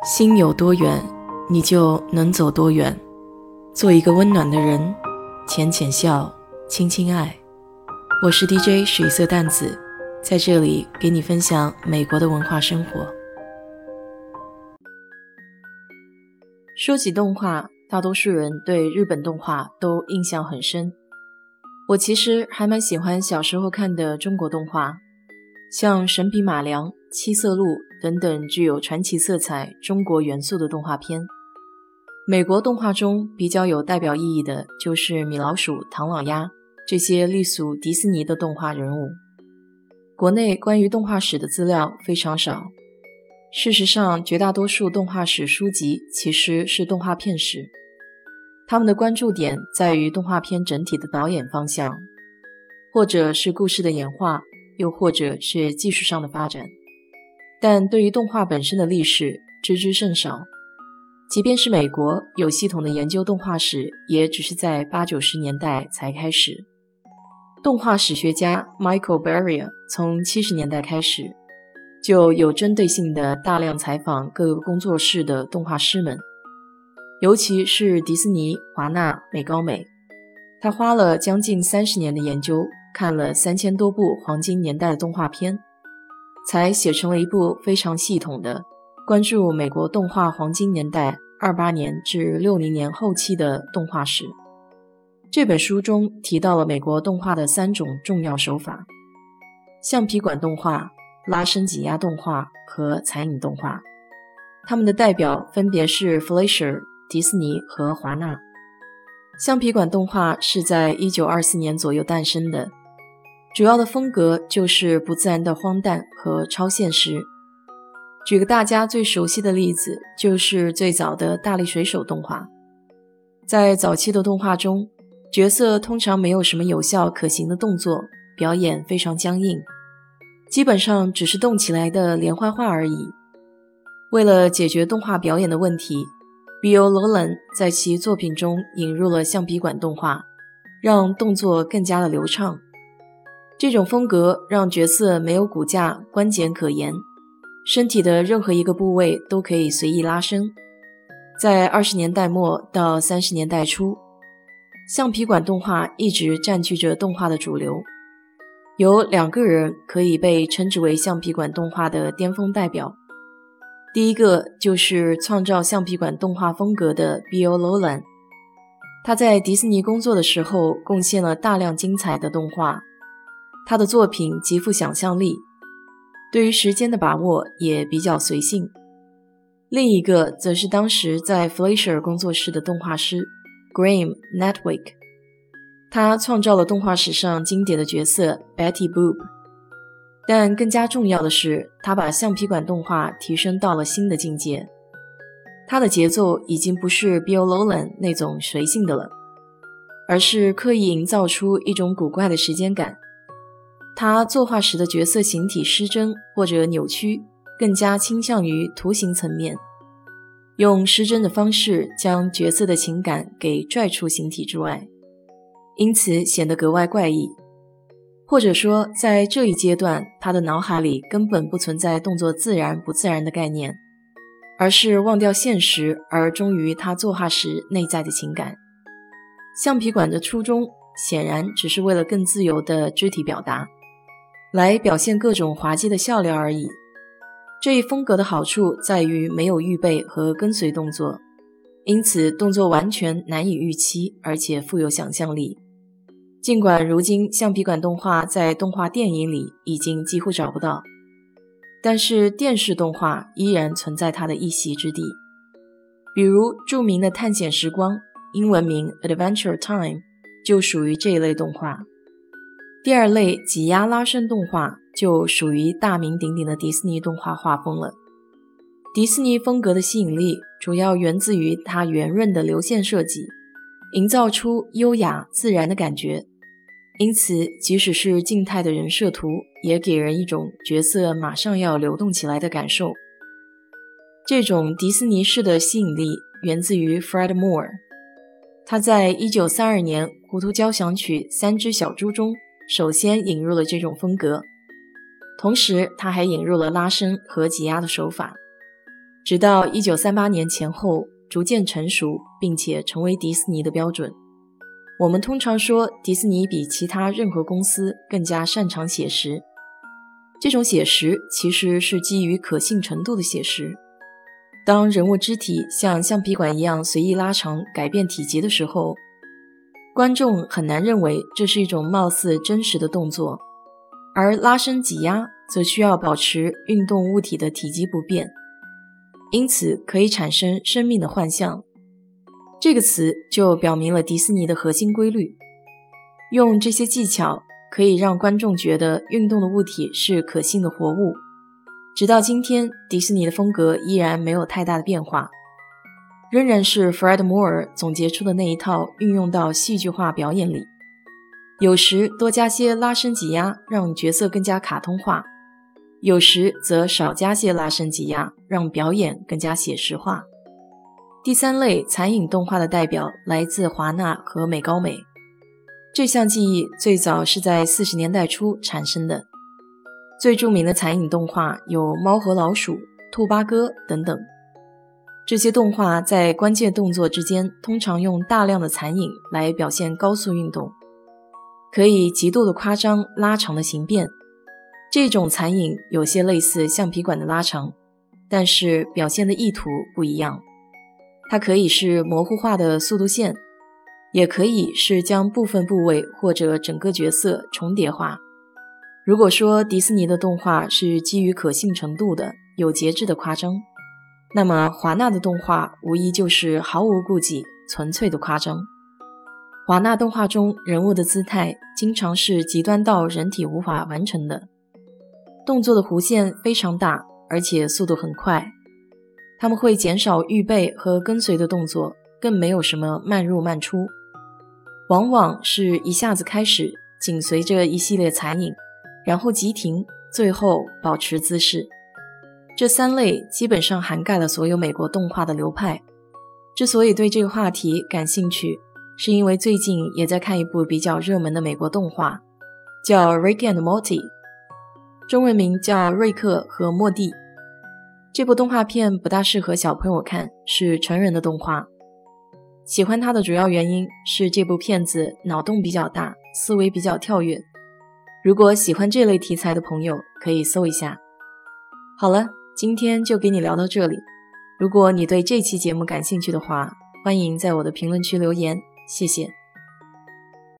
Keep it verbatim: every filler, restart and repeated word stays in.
心有多远，你就能走多远。做一个温暖的人，浅浅笑，轻轻爱。我是 D J 水色淡子，在这里给你分享美国的文化生活。说起动画，大多数人对日本动画都印象很深。我其实还蛮喜欢小时候看的中国动画，像神笔马良、七色鹿等等具有传奇色彩中国元素的动画片。美国动画中比较有代表意义的就是米老鼠、唐老鸭这些隶属迪士尼的动画人物。国内关于动画史的资料非常少，事实上绝大多数动画史书籍其实是动画片史，他们的关注点在于动画片整体的导演方向，或者是故事的演化，又或者是技术上的发展，但对于动画本身的历史知之甚少。即便是美国有系统的研究动画史，也只是在八九十年代才开始。动画史学家 Michael Barria 从七十年代开始，就有针对性的大量采访各个工作室的动画师们，尤其是迪士尼、华纳、美高美。他花了将近三十年的研究，看了三千多部黄金年代的动画片，才写成了一部非常系统的关注美国动画黄金年代二八年至六零年后期的动画史。这本书中提到了美国动画的三种重要手法：橡皮管动画、拉伸挤压动画和残影动画。他们的代表分别是 Fleischer、迪士尼和华纳。橡皮管动画是在一九二四年左右诞生的，主要的风格就是不自然的荒诞和超现实。举个大家最熟悉的例子，就是最早的大力水手动画。在早期的动画中，角色通常没有什么有效可行的动作，表演非常僵硬，基本上只是动起来的连环画而已。为了解决动画表演的问题， Bill Lolan 在其作品中引入了橡皮管动画，让动作更加的流畅。这种风格让角色没有骨架、关节可言，身体的任何一个部位都可以随意拉伸。在二十年代末到三十年代初，橡皮管动画一直占据着动画的主流。有两个人可以被称之为橡皮管动画的巅峰代表。第一个就是创造橡皮管动画风格的 Bill Lolan， 他在迪士尼工作的时候贡献了大量精彩的动画，他的作品极富想象力，对于时间的把握也比较随性。另一个则是当时在 Fleischer 工作室的动画师 Graham Netwick， 他创造了动画史上经典的角色 Betty Boop， 但更加重要的是，他把橡皮管动画提升到了新的境界。他的节奏已经不是 Bill Lolan 那种随性的了，而是刻意营造出一种古怪的时间感。他作画时的角色形体失真或者扭曲，更加倾向于图形层面，用失真的方式将角色的情感给拽出形体之外，因此显得格外怪异。或者说，在这一阶段，他的脑海里根本不存在动作自然不自然的概念，而是忘掉现实，而忠于他作画时内在的情感。橡皮管的初衷显然只是为了更自由的肢体表达，来表现各种滑稽的笑料而已。这一风格的好处在于没有预备和跟随动作，因此动作完全难以预期，而且富有想象力。尽管如今橡皮管动画在动画电影里已经几乎找不到，但是电视动画依然存在它的一席之地。比如著名的探险时光，英文名 Adventure Time， 就属于这一类动画。第二类挤压拉伸动画就属于大名鼎鼎的迪士尼动画画风了。迪士尼风格的吸引力主要源自于它圆润的流线设计，营造出优雅自然的感觉。因此即使是静态的人设图，也给人一种角色马上要流动起来的感受。这种迪士尼式的吸引力源自于 Fred Moore， 他在一九三二年糊涂交响曲三只小猪中首先引入了这种风格，同时他还引入了拉伸和挤压的手法。 直到一九三八年前后逐渐成熟，并且成为迪士尼的标准。我们通常说迪士尼比其他任何公司更加擅长写实，这种写实其实是基于可信程度的写实。当人物肢体像橡皮管一样随意拉长改变体积的时候，观众很难认为这是一种貌似真实的动作，而拉伸挤压则需要保持运动物体的体积不变，因此可以产生生命的幻象。这个词就表明了迪士尼的核心规律，用这些技巧可以让观众觉得运动的物体是可信的活物。直到今天，迪士尼的风格依然没有太大的变化，仍然是 Fred 摩尔总结出的那一套运用到戏剧化表演里，有时多加些拉伸挤压，让角色更加卡通化，有时则少加些拉伸挤压，让表演更加写实化。第三类残影动画的代表来自华纳和美高美，这项技艺最早是在四十年代初产生的。最著名的残影动画有猫和老鼠、兔八哥等等。这些动画在关键动作之间通常用大量的残影来表现高速运动，可以极度的夸张拉长的形变。这种残影有些类似橡皮管的拉长，但是表现的意图不一样。它可以是模糊化的速度线，也可以是将部分部位或者整个角色重叠化。如果说迪士尼的动画是基于可信程度的、有节制的夸张，那么华纳的动画无疑就是毫无顾忌、纯粹的夸张。华纳动画中人物的姿态经常是极端到人体无法完成的，动作的弧线非常大，而且速度很快。他们会减少预备和跟随的动作，更没有什么慢入慢出，往往是一下子开始，紧随着一系列残影，然后急停，最后保持姿势。这三类基本上涵盖了所有美国动画的流派。之所以对这个话题感兴趣，是因为最近也在看一部比较热门的美国动画，叫 Rick and Morty， 中文名叫瑞克和莫蒂。这部动画片不大适合小朋友看，是成人的动画。喜欢它的主要原因是这部片子脑洞比较大，思维比较跳跃。如果喜欢这类题材的朋友，可以搜一下。好了，今天就给你聊到这里。如果你对这期节目感兴趣的话，欢迎在我的评论区留言，谢谢。